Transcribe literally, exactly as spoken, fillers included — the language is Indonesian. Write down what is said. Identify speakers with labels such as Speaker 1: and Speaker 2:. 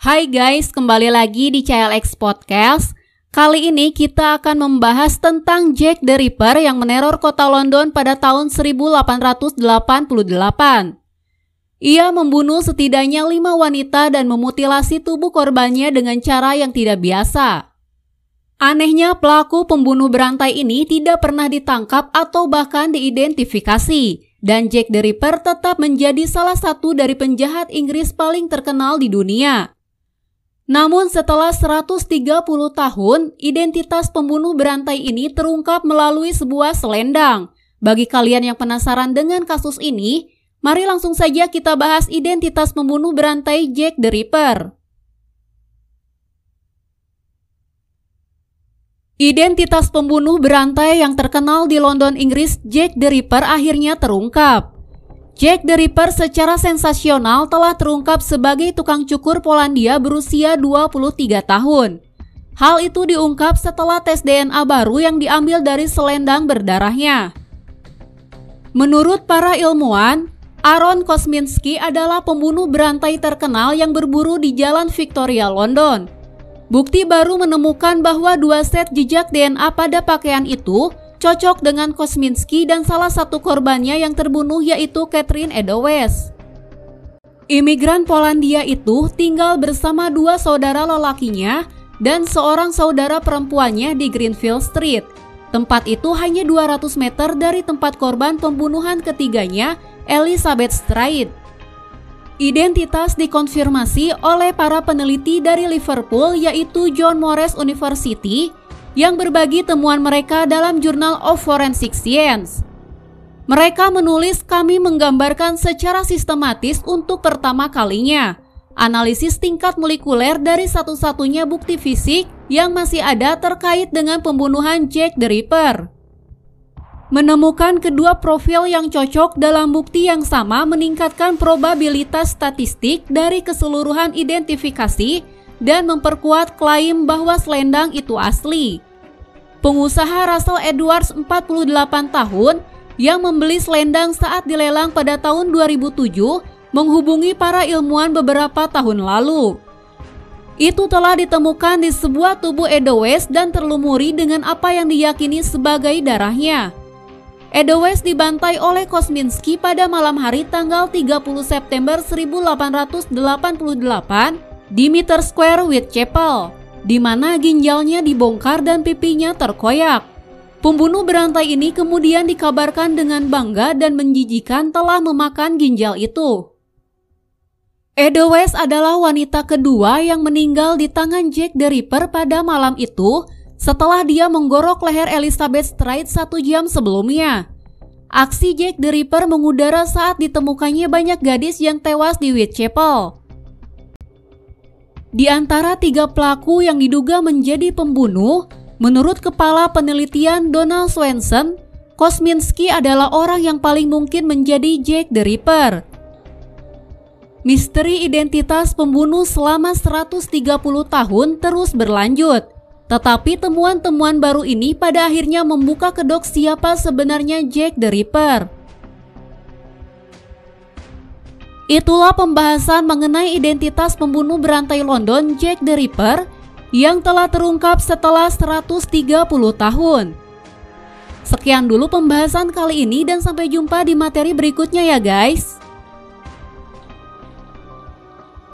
Speaker 1: Hai guys, kembali lagi di C L X Podcast. Kali ini kita akan membahas tentang Jack the Ripper yang meneror kota London pada tahun seribu delapan ratus delapan puluh delapan. Ia membunuh setidaknya lima wanita dan memutilasi tubuh korbannya dengan cara yang tidak biasa. Anehnya, pelaku pembunuh berantai ini tidak pernah ditangkap atau bahkan diidentifikasi, dan Jack the Ripper tetap menjadi salah satu dari penjahat Inggris paling terkenal di dunia. Namun setelah seratus tiga puluh tahun, identitas pembunuh berantai ini terungkap melalui sebuah selendang. Bagi kalian yang penasaran dengan kasus ini, mari langsung saja kita bahas identitas pembunuh berantai Jack the Ripper. Identitas pembunuh berantai yang terkenal di London, Inggris, Jack the Ripper akhirnya terungkap. Jack the Ripper secara sensasional telah terungkap sebagai tukang cukur Polandia berusia dua puluh tiga tahun. Hal itu diungkap setelah tes D N A baru yang diambil dari selendang berdarahnya. Menurut para ilmuwan, Aaron Kosminski adalah pembunuh berantai terkenal yang berburu di Jalan Victoria, London. Bukti baru menemukan bahwa dua set jejak D N A pada pakaian itu cocok dengan Kosminski dan salah satu korbannya yang terbunuh yaitu Catherine Eddowes. Imigran Polandia itu tinggal bersama dua saudara lelakinya dan seorang saudara perempuannya di Greenfield Street. Tempat itu hanya dua ratus meter dari tempat korban pembunuhan ketiganya, Elizabeth Stride. Identitas dikonfirmasi oleh para peneliti dari Liverpool yaitu John Moores University yang berbagi temuan mereka dalam Journal of Forensic Science. Mereka menulis, kami menggambarkan secara sistematis untuk pertama kalinya analisis tingkat molekuler dari satu-satunya bukti fisik yang masih ada terkait dengan pembunuhan Jack the Ripper. Menemukan kedua profil yang cocok dalam bukti yang sama meningkatkan probabilitas statistik dari keseluruhan identifikasi dan memperkuat klaim bahwa selendang itu asli. Pengusaha Russell Edwards, empat puluh delapan tahun, yang membeli selendang saat dilelang pada tahun dua ribu tujuh, menghubungi para ilmuwan beberapa tahun lalu. Itu telah ditemukan di sebuah tubuh Eddowes dan terlumuri dengan apa yang diyakini sebagai darahnya. Eddowes dibantai oleh Kosminski pada malam hari tanggal tiga puluh September seribu delapan ratus delapan puluh delapan di Mitre Square, Whitechapel, di mana ginjalnya dibongkar dan pipinya terkoyak. Pembunuh berantai ini kemudian dikabarkan dengan bangga dan menjijikan telah memakan ginjal itu. Eddowes adalah wanita kedua yang meninggal di tangan Jack the Ripper pada malam itu setelah dia menggorok leher Elizabeth Stride satu jam sebelumnya. Aksi Jack the Ripper mengudara saat ditemukannya banyak gadis yang tewas di Whitechapel. Di antara tiga pelaku yang diduga menjadi pembunuh, menurut Kepala Penelitian Donald Swenson, Kosminski adalah orang yang paling mungkin menjadi Jack the Ripper. Misteri identitas pembunuh selama seratus tiga puluh tahun terus berlanjut, tetapi temuan-temuan baru ini pada akhirnya membuka kedok siapa sebenarnya Jack the Ripper. Itulah pembahasan mengenai identitas pembunuh berantai London Jack the Ripper yang telah terungkap setelah seratus tiga puluh tahun. Sekian dulu pembahasan kali ini dan sampai jumpa di materi berikutnya ya guys.